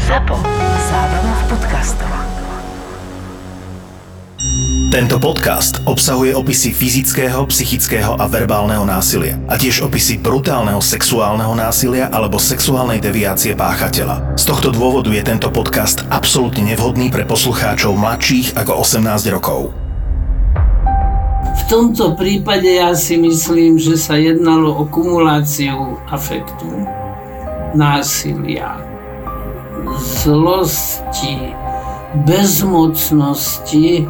ZAPO. Zábrná v podcastov. Tento podcast obsahuje opisy fyzického, psychického a verbálneho násilia a tiež opisy brutálneho sexuálneho násilia alebo sexuálnej deviácie páchateľa. Z tohto dôvodu je tento podcast absolútne nevhodný pre poslucháčov mladších ako 18 rokov. V tomto prípade ja si myslím, že sa jednalo o kumuláciu afektu, násilia, zlosti, bezmocnosti.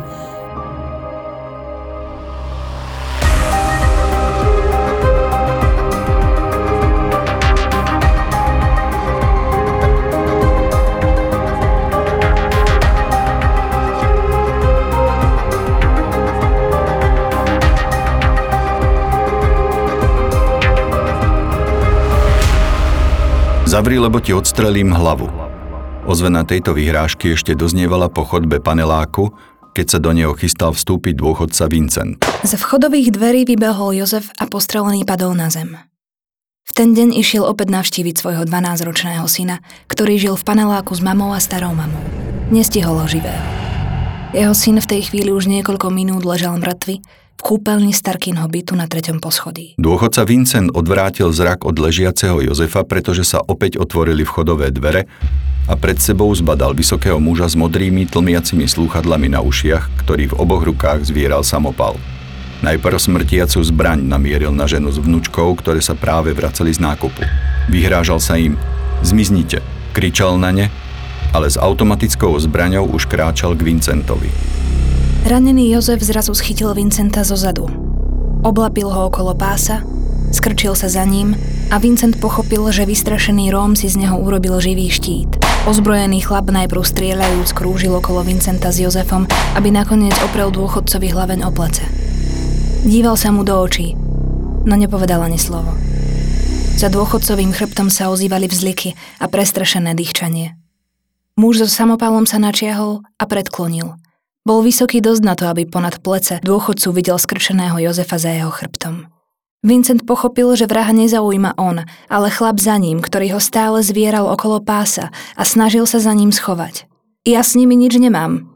Zavri, lebo ti odstrelím hlavu. Ozvena tejto vyhrážky ešte doznievala po chodbe paneláku, keď sa do neho chystal vstúpiť dôchodca Vincent. Z vchodových dverí vybehol Jozef a postrelený padol na zem. V ten deň išiel opäť navštíviť svojho 12-ročného syna, ktorý žil v paneláku s mamou a starou mamou. Nestihol ho živého. Jeho syn v tej chvíli už niekoľko minút ležal mŕtvy v kúpeľni Starkinho bytu na 3. poschodí. Dôchodca Vincent odvrátil zrak od ležiaceho Jozefa, pretože sa opäť otvorili vchodové dvere a pred sebou zbadal vysokého muža s modrými tlmiacimi slúchadlami na ušiach, ktorý v oboch rukách zvieral samopal. Najprv smrtiacu zbraň namieril na ženu s vnučkou, ktoré sa práve vracali z nákupu. Vyhrážal sa im: "Zmiznite", kričal na ne, ale s automatickou zbraňou už kráčal k Vincentovi. Ranený Jozef zrazu schytil Vincenta zozadu. Oblapil ho okolo pása, skrčil sa za ním a Vincent pochopil, že vystrašený Róm si z neho urobil živý štít. Ozbrojený chlap najprv strieľajúc krúžil okolo Vincenta s Jozefom, aby nakoniec oprel dôchodcovi hlaveň o plece. Díval sa mu do očí, no nepovedal ani slovo. Za dôchodcovým chrbtom sa ozývali vzliky a prestrašené dýchčanie. Muž so samopálom sa načiahol a predklonil. Bol vysoký dosť na to, aby ponad plece dôchodcu videl skrčeného Jozefa za jeho chrbtom. Vincent pochopil, že vraha nezaujíma on, ale chlap za ním, ktorý ho stále zvieral okolo pása a snažil sa za ním schovať. Ja s nimi nič nemám.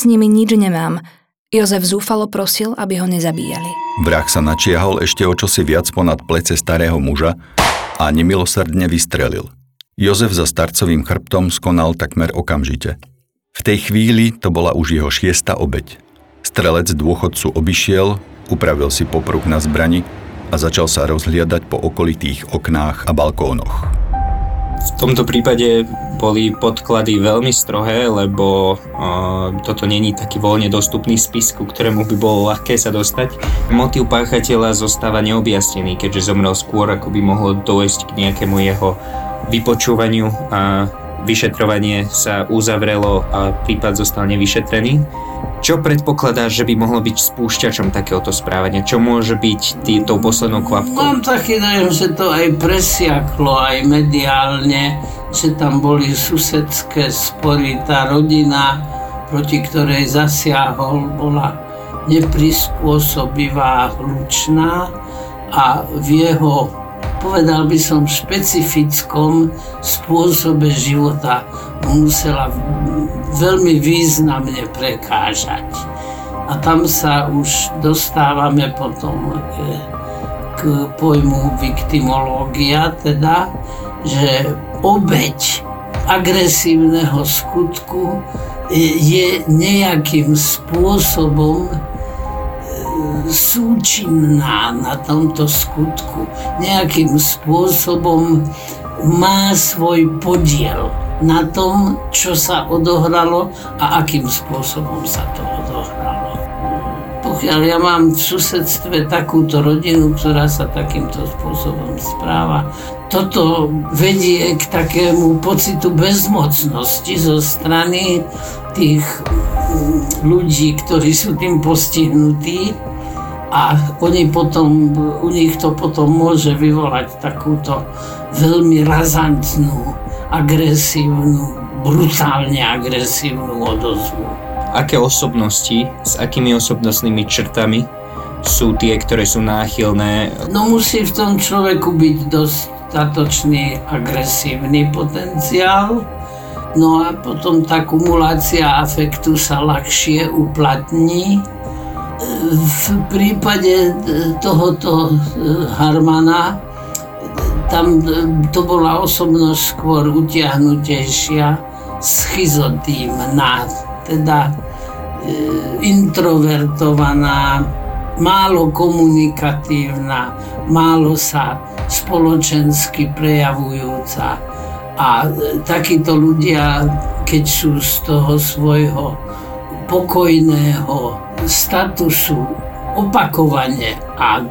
Jozef zúfalo prosil, aby ho nezabíjali. Vrah sa načiahol ešte o čosi viac ponad plece starého muža a nemilosrdne vystrelil. Jozef za starcovým chrbtom skonal takmer okamžite. V tej chvíli to bola už jeho 6. obeť. Strelec dôchodcu obišiel, upravil si popruh na zbrani a začal sa rozhliadať po okolitých oknách a balkónoch. V tomto prípade boli podklady veľmi strohé, lebo toto není taký voľne dostupný spis, ku ktorému by bolo ľahké sa dostať. Motív páchateľa zostáva neobjasnený, keďže zomrel skôr, ako by mohlo dôjsť k nejakému jeho vypočúvaniu a vyšetrovanie sa uzavrelo a prípad zostal nevyšetrený. Čo predpokladáš, že by mohlo byť spúšťačom takéhoto správania? Čo môže byť tou poslednou kvapkou? Mám taký dojem, že to aj presiaklo, aj mediálne, že tam boli susedské spory. Tá rodina, proti ktorej zasiahol, bola neprispôsobivá, hlučná a v jeho, povedal by som, špecifickom spôsobe života musela veľmi významne prekážať. A tam sa už dostávame potom k pojmu viktimológia, teda, že obeť agresívneho skutku je nejakým spôsobom súčinná na tomto skutku. Nejakým spôsobom má svoj podiel na tom, čo sa odohralo a akým spôsobom sa to odohralo. Pokiaľ ja mám v susedstve takúto rodinu, ktorá sa takýmto spôsobom správa, toto vedie k takému pocitu bezmocnosti zo strany tých ľudí, ktorí sú tým postihnutí, a u nich to potom môže vyvolať takúto veľmi razantnú, agresívnu, brutálne agresívnu odozvu. Aké osobnosti, s akými osobnostnými črtami sú tie, ktoré sú náchylné? No musí v tom človeku byť dostatočný agresívny potenciál, No a potom tá kumulácia afektu sa ľahšie uplatní. V prípade tohoto Harmana tam to bola osobnosť skôr utiahnutejšia, schizotímna, teda introvertovaná, málo komunikatívna, málo sa spoločensky prejavujúca. A takíto ľudia, keď sú z toho svojho pokojného statusu opakovane a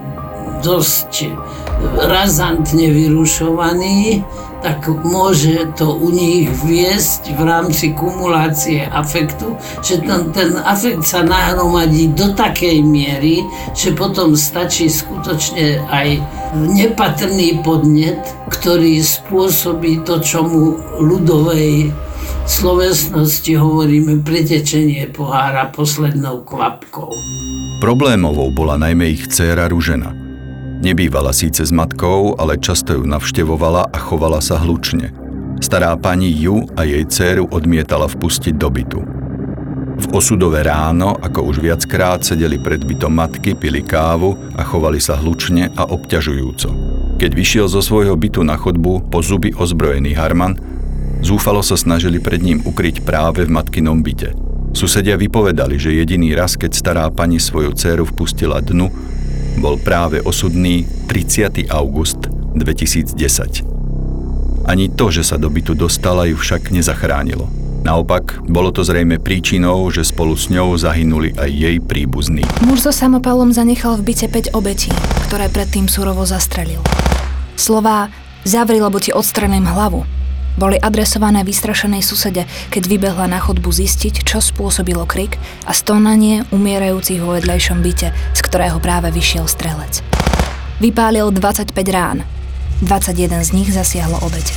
dosť razantne vyrušovaní, tak môže to u nich viesť v rámci kumulácie afektu, že ten afekt sa nahromadí do takej miery, že potom stačí skutočne aj nepatrný podnet, ktorý spôsobí to, čomu ľudovej slovesnosti hovoríme pretečenie pohára poslednou kvapkou. Problémovou bola najmä ich dcéra Ružena. Nebývala síce s matkou, ale často ju navštevovala a chovala sa hlučne. Stará pani ju a jej dcéru odmietala vpustiť do bytu. V osudové ráno, ako už viackrát, sedeli pred bytom matky, pili kávu a chovali sa hlučne a obťažujúco. Keď vyšiel zo svojho bytu na chodbu po zuby ozbrojený Harman, zúfalo sa snažili pred ním ukryť práve v matkinom byte. Susedia vypovedali, že jediný raz, keď stará pani svoju dcéru vpustila dnu, bol práve osudný 30. august 2010. Ani to, že sa do bytu dostala, ju však nezachránilo. Naopak, bolo to zrejme príčinou, že spolu s ňou zahynuli aj jej príbuzní. Muž so samopalom zanechal v byte 5 obetí, ktoré predtým surovo zastrelil. Slová "zavri, lebo ti odstrením hlavu" boli adresované vystrašenej susede, keď vybehla na chodbu zistiť, čo spôsobilo krik a stonanie umierajúcich vo vedľajšom byte, z ktorého práve vyšiel strelec. Vypálil 25 rán. 21 z nich zasiahlo obete.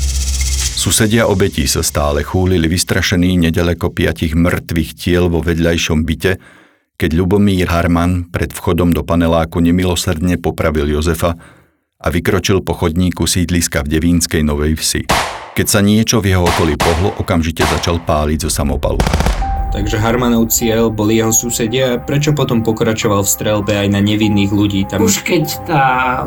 Susedia obetí sa stále chúlili vystrašení nedaleko 5 mŕtvych tiel vo vedľajšom byte, keď Ľubomír Harman pred vchodom do paneláku nemilosrdne popravil Jozefa a vykročil po chodníku sídliska v Devínskej Novej Vsi. Keď sa niečo v jeho okolí pohlo, okamžite začal páliť zo samopalu. Takže Harmanov cieľ boli jeho susedia, prečo potom pokračoval v streľbe aj na nevinných ľudí? Už keď tá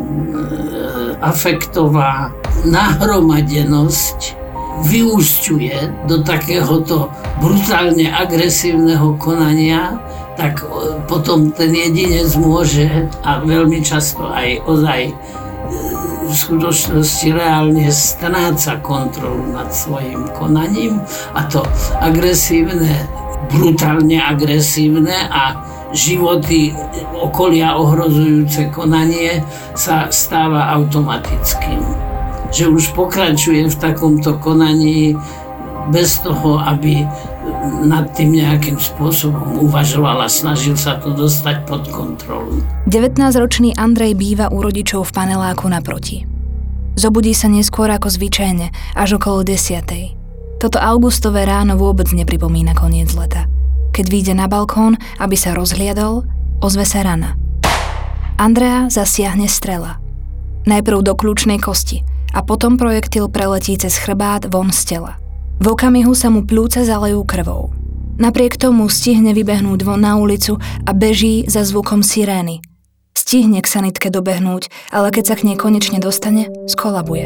afektová nahromadenosť vyúsťuje do takéhoto brutálne agresívneho konania, tak potom ten jedinec môže a veľmi často aj ozaj v skutočnosti reálne stráca kontrolu nad svojim konaním a to agresívne, brutálne agresívne a životy okolia ohrozujúce konanie sa stáva automatickým. Že už pokračuje v takomto konaní bez toho, aby nad tým nejakým spôsobom uvažoval a snažil sa to dostať pod kontrolu. 19-ročný Andrej býva u rodičov v paneláku naproti. Zobudí sa neskôr ako zvyčajne, až okolo 10:00. Toto augustové ráno vôbec nepripomína koniec leta. Keď vyjde na balkón, aby sa rozhliadol, ozve sa rana. Andrea zasiahne strela. Najprv do kľúčnej kosti a potom projektil preletí cez chrbát von z tela. V okamihu sa mu pľúca zalejú krvou. Napriek tomu stihne vybehnúť von na ulicu a beží za zvukom sirény. Stihne k sanitke dobehnúť, ale keď sa k nej konečne dostane, skolabuje.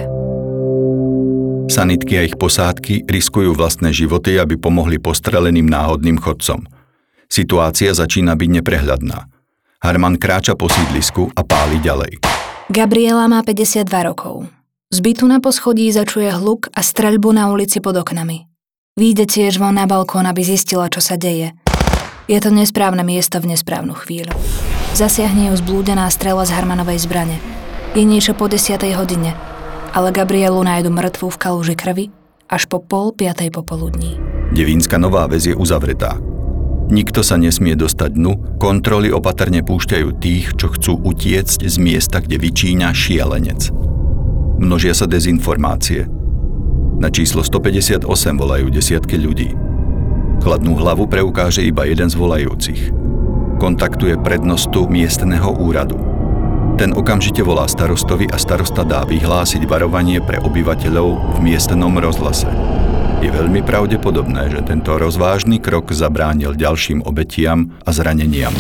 Sanitky a ich posádky riskujú vlastné životy, aby pomohli postreleným náhodným chodcom. Situácia začína byť neprehľadná. Harman kráča po sídlisku a páli ďalej. Gabriela má 52 rokov. Z bytu na poschodí začuje hluk a streľbu na ulici pod oknami. Vyjde tiež von na balkón, aby zistila, čo sa deje. Je to nesprávne miesto v nesprávnu chvíľu. Zasiahne ju zblúdená strela z Harmanovej zbrane. Je niečo po 10:00 hodine, ale Gabrielu nájdu mŕtvu v kaluži krvi až po 4:30 popoludní. Devínska Nová Ves je uzavretá. Nikto sa nesmie dostať dnu, kontroly opatrne púšťajú tých, čo chcú utiecť z miesta, kde vyčíňa šialenec. Množia sa dezinformácie. Na číslo 158 volajú desiatky ľudí. Chladnú hlavu preukáže iba jeden z volajúcich. Kontaktuje prednostu miestneho úradu. Ten okamžite volá starostovi a starosta dá vyhlásiť varovanie pre obyvateľov v miestnom rozhlase. Je veľmi pravdepodobné, že tento rozvážny krok zabránil ďalším obetiam a zraneniam.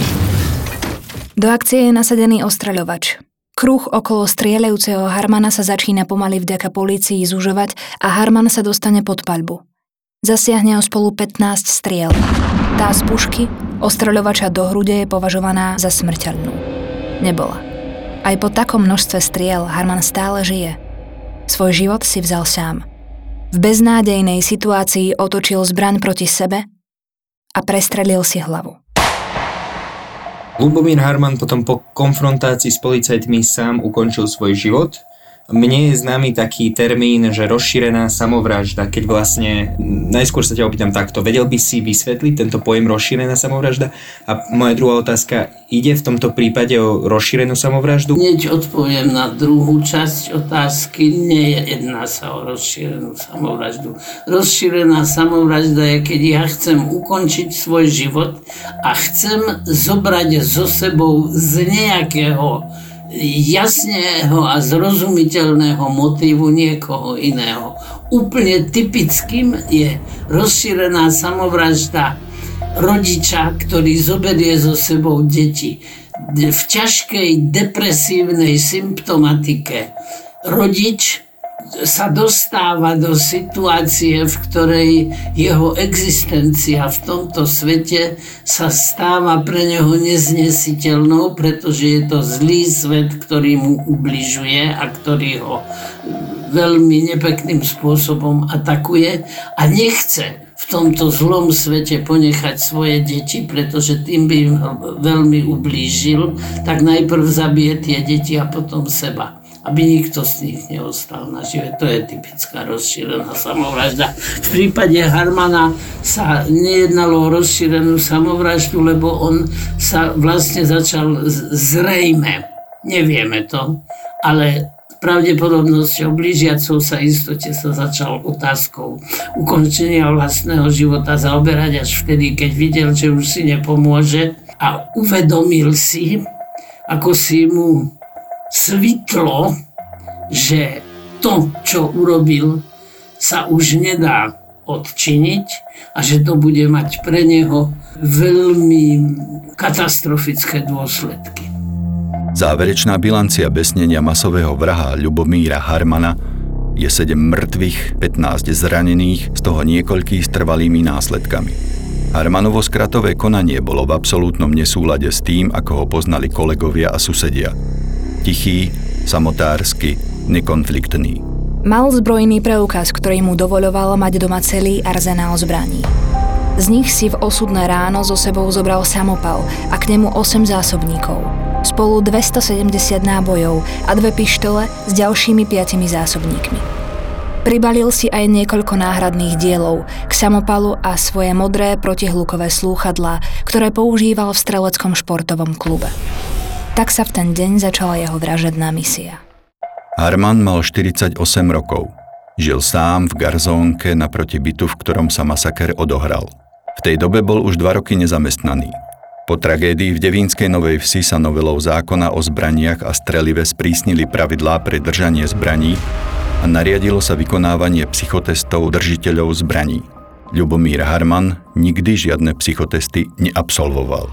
Do akcie je nasadený ostreľovač. Kruh okolo strieľajúceho Harmana sa začína pomaly vďaka polícii zužovať a Harman sa dostane pod paľbu. Zasiahne ho spolu 15 striel. Tá z pušky, ostreľovača do hrude, je považovaná za smrteľnú. Nebola. Aj po takom množstve striel Harman stále žije. Svoj život si vzal sám. V beznádejnej situácii otočil zbraň proti sebe a prestrelil si hlavu. Ľubomír Harman potom po konfrontácii s policajtmi sám ukončil svoj život. Mne je známy taký termín, že rozšírená samovražda, keď vlastne, najskôr sa ťa opýtam takto, vedel by si vysvetliť tento pojem rozšírená samovražda? A moja druhá otázka, ide v tomto prípade o rozšírenú samovraždu? Hneď odpoviem na druhú časť otázky, nejedná sa o rozšírenú samovraždu. Rozšírená samovražda je, keď ja chcem ukončiť svoj život a chcem zobrať so sebou z nejakého jasného a zrozumiteľného motívu niekoho iného. Úplne typickým je rozšírená samovražda rodiča, ktorý zoberie so sebou deti. V ťažkej depresívnej symptomatike rodič sa dostáva do situácie, v ktorej jeho existencia v tomto svete sa stáva pre neho neznesiteľnou, pretože je to zlý svet, ktorý mu ubližuje a ktorý ho veľmi nepekným spôsobom atakuje a nechce v tomto zlom svete ponechať svoje deti, pretože tým by im veľmi ublížil, tak najprv zabije tie deti a potom seba, aby nikto z nich neostal nažive. To je typická rozšírená samovražda. V prípade Harmana sa nejednalo o rozšírenú samovraždu, lebo on sa vlastne začal zrejme, nevieme to, ale pravdepodobnosťou blížiacou sa istote sa začal otázkou ukončenia vlastného života zaoberať až vtedy, keď videl, že už si nepomôže a uvedomil si, ako si mu svitlo, že to, čo urobil, sa už nedá odčiniť a že to bude mať pre neho veľmi katastrofické dôsledky. Záverečná bilancia besnenia masového vraha Ľubomíra Harmana je 7 mŕtvych, 15 zranených, z toho niekoľkých s trvalými následkami. Harmanovo skratové konanie bolo v absolútnom nesúlade s tým, ako ho poznali kolegovia a susedia. Tichý, samotársky, nekonfliktný. Mal zbrojný preukaz, ktorý mu dovoľoval mať doma celý arzenál zbraní. Z nich si v osudné ráno so sebou zobral samopal a k nemu 8 zásobníkov. Spolu 270 nábojov a 2 pištole s ďalšími 5 zásobníkmi. Pribalil si aj niekoľko náhradných dielov k samopalu a svoje modré protihlukové slúchadlá, ktoré používal v streleckom športovom klube. Tak sa v ten deň začala jeho vražedná misia. Harman mal 48 rokov. Žil sám v garzónke naproti bytu, v ktorom sa masaker odohral. V tej dobe bol už 2 roky nezamestnaný. Po tragédii v Devínskej Novej Vsi sa novelou zákona o zbraniach a strelive sprísnili pravidlá pre držanie zbraní a nariadilo sa vykonávanie psychotestov držiteľov zbraní. Ľubomír Harman nikdy žiadne psychotesty neabsolvoval.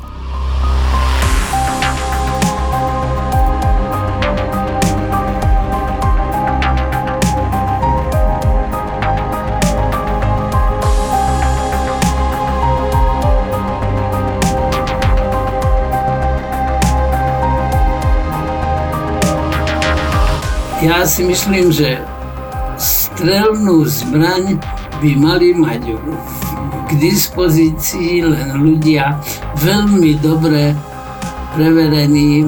Ja si myslím, že strelnú zbraň by mali mať k dispozícii len ľudia veľmi dobre preverení,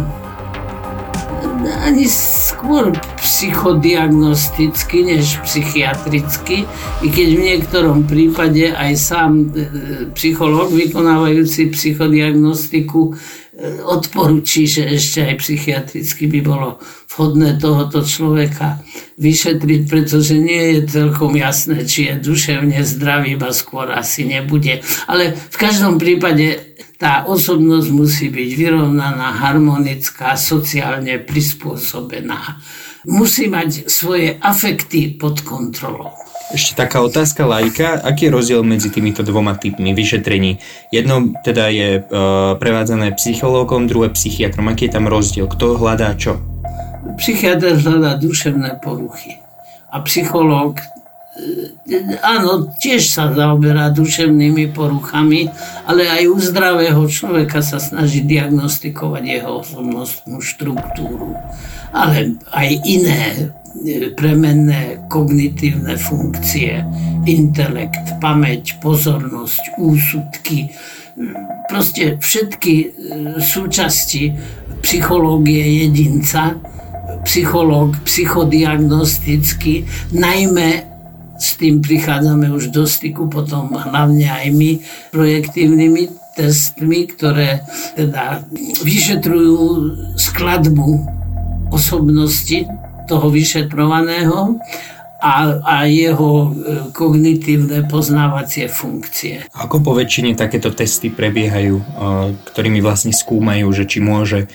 ani skôr psychodiagnosticky než psychiatricky, i keď v niektorom prípade aj sám psychológ vykonávajúci psychodiagnostiku odporúči, že ešte aj psychiatricky by bolo vhodné tohoto človeka vyšetriť, pretože nie je celkom jasné, či je duševne zdravý, iba skôr asi nebude. Ale v každom prípade tá osobnosť musí byť vyrovnaná, harmonická, sociálne prispôsobená. musí mať svoje afekty pod kontrolou. Ešte taká otázka laika, aký je rozdiel medzi týmito dvoma typmi vyšetrení? Jedno teda je prevádzané psychológom, druhé psychiatrom. Aký je tam rozdiel? Kto hľadá čo? Psychiatr hľadá duševné poruchy. A psychológ, áno, tiež sa zaoberá duševnými poruchami, ale aj u zdravého človeka sa snaží diagnostikovať jeho osobnostnú štruktúru. Ale aj iné premenné kognitívne funkcie, intelekt, pamäť, pozornosť, úsudky, proste všetky súčasti psychológie jedinca, psychológ psychodiagnostický, najmä s tým prichádzame už do styku potom hlavne aj my projektívnymi testmi, ktoré teda vyšetrujú skladbu osobnosti toho vyšetrovaného a jeho kognitívne poznávacie funkcie. Ako po väčšine takéto testy prebiehajú, ktorými vlastne skúmajú, že či môže...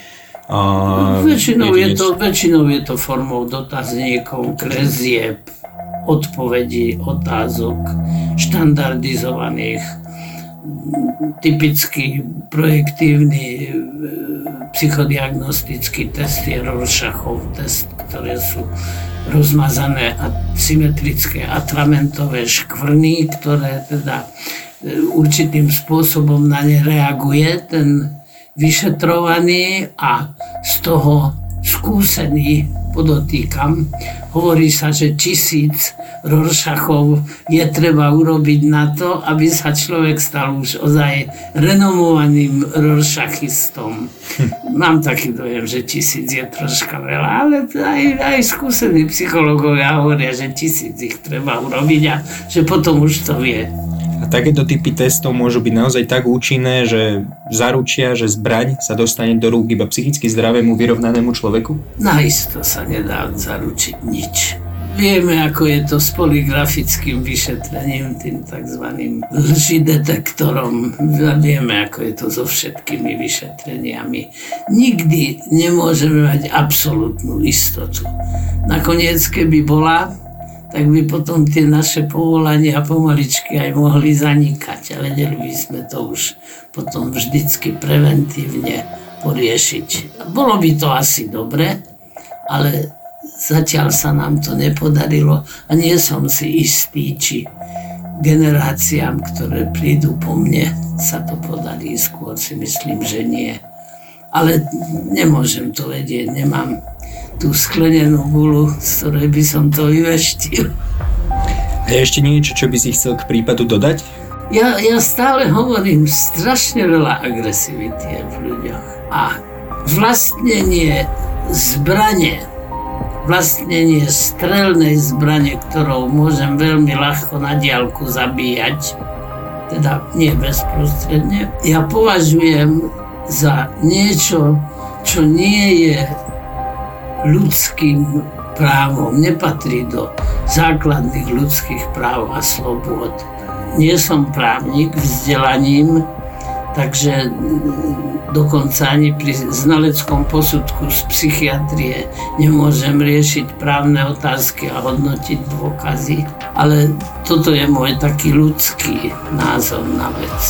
Väčšinou je to formou dotazníkov, krezieb, odpovedí, otázok, štandardizovaných, typický projektívny psychodiagnostický test je Rorschachov test, ktoré sú rozmazané a symetrické atramentové škvrny, ktoré teda určitým spôsobom na ne reaguje ten vyšetrovaný a z toho skúsený, podotýkam, hovorí sa, že 1000 Rorschachov je treba urobiť na to, aby sa človek stal už ozaj renomovaným Rorschachistom. Mám taký dojem, že 1000 je troška veľa, ale aj skúsení psychológovia hovoria, že 1000 ich treba urobiť a že potom už to vie. A takéto typy testov môžu byť naozaj tak účinné, že zaručia, že zbraň sa dostane do rúk iba psychicky zdravému, vyrovnanému človeku? Naisto sa nedá zaručiť nič. Vieme, ako je to s polygrafickým vyšetrením, tým takzvaným lžidetektorom. Vieme, ako je to so všetkými vyšetreniami. Nikdy nemôžeme mať absolútnu istotu. Nakoniec, keby bola, tak by potom tie naše povolania pomaličky aj mohli zanikať. A vedeli by sme to už potom vždycky preventívne poriešiť. Bolo by to asi dobre, ale zatiaľ sa nám to nepodarilo a nie som si istý, či generáciám, ktoré prídu po mne, sa to podarí. Skôr si myslím, že nie. Ale nemôžem to vedieť, nemám tú sklenenú gulu, z ktorej by som to vyveštil. A ešte niečo, čo by si chcel k prípadu dodať? Ja stále hovorím, strašne veľa agresivity je v ľuďoch. A vlastnenie zbrane, vlastnenie strelnej zbrane, ktorou môžem veľmi ľahko na diaľku zabíjať, teda nie bezprostredne, ja považujem za niečo, čo nie je ľudským právom, nepatrí do základných ľudských práv a slobôd. Nie som právnik vzdelaním, takže dokonca ani pri znaleckom posudku z psychiatrie nemôžem riešiť právne otázky a hodnotiť dôkazy, ale toto je môj taký ľudský názor na vec.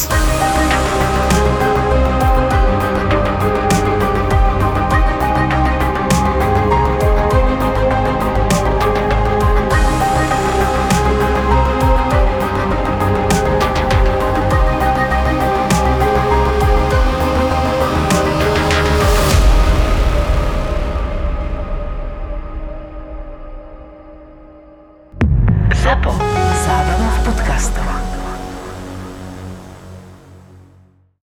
Zábava v podcastovách.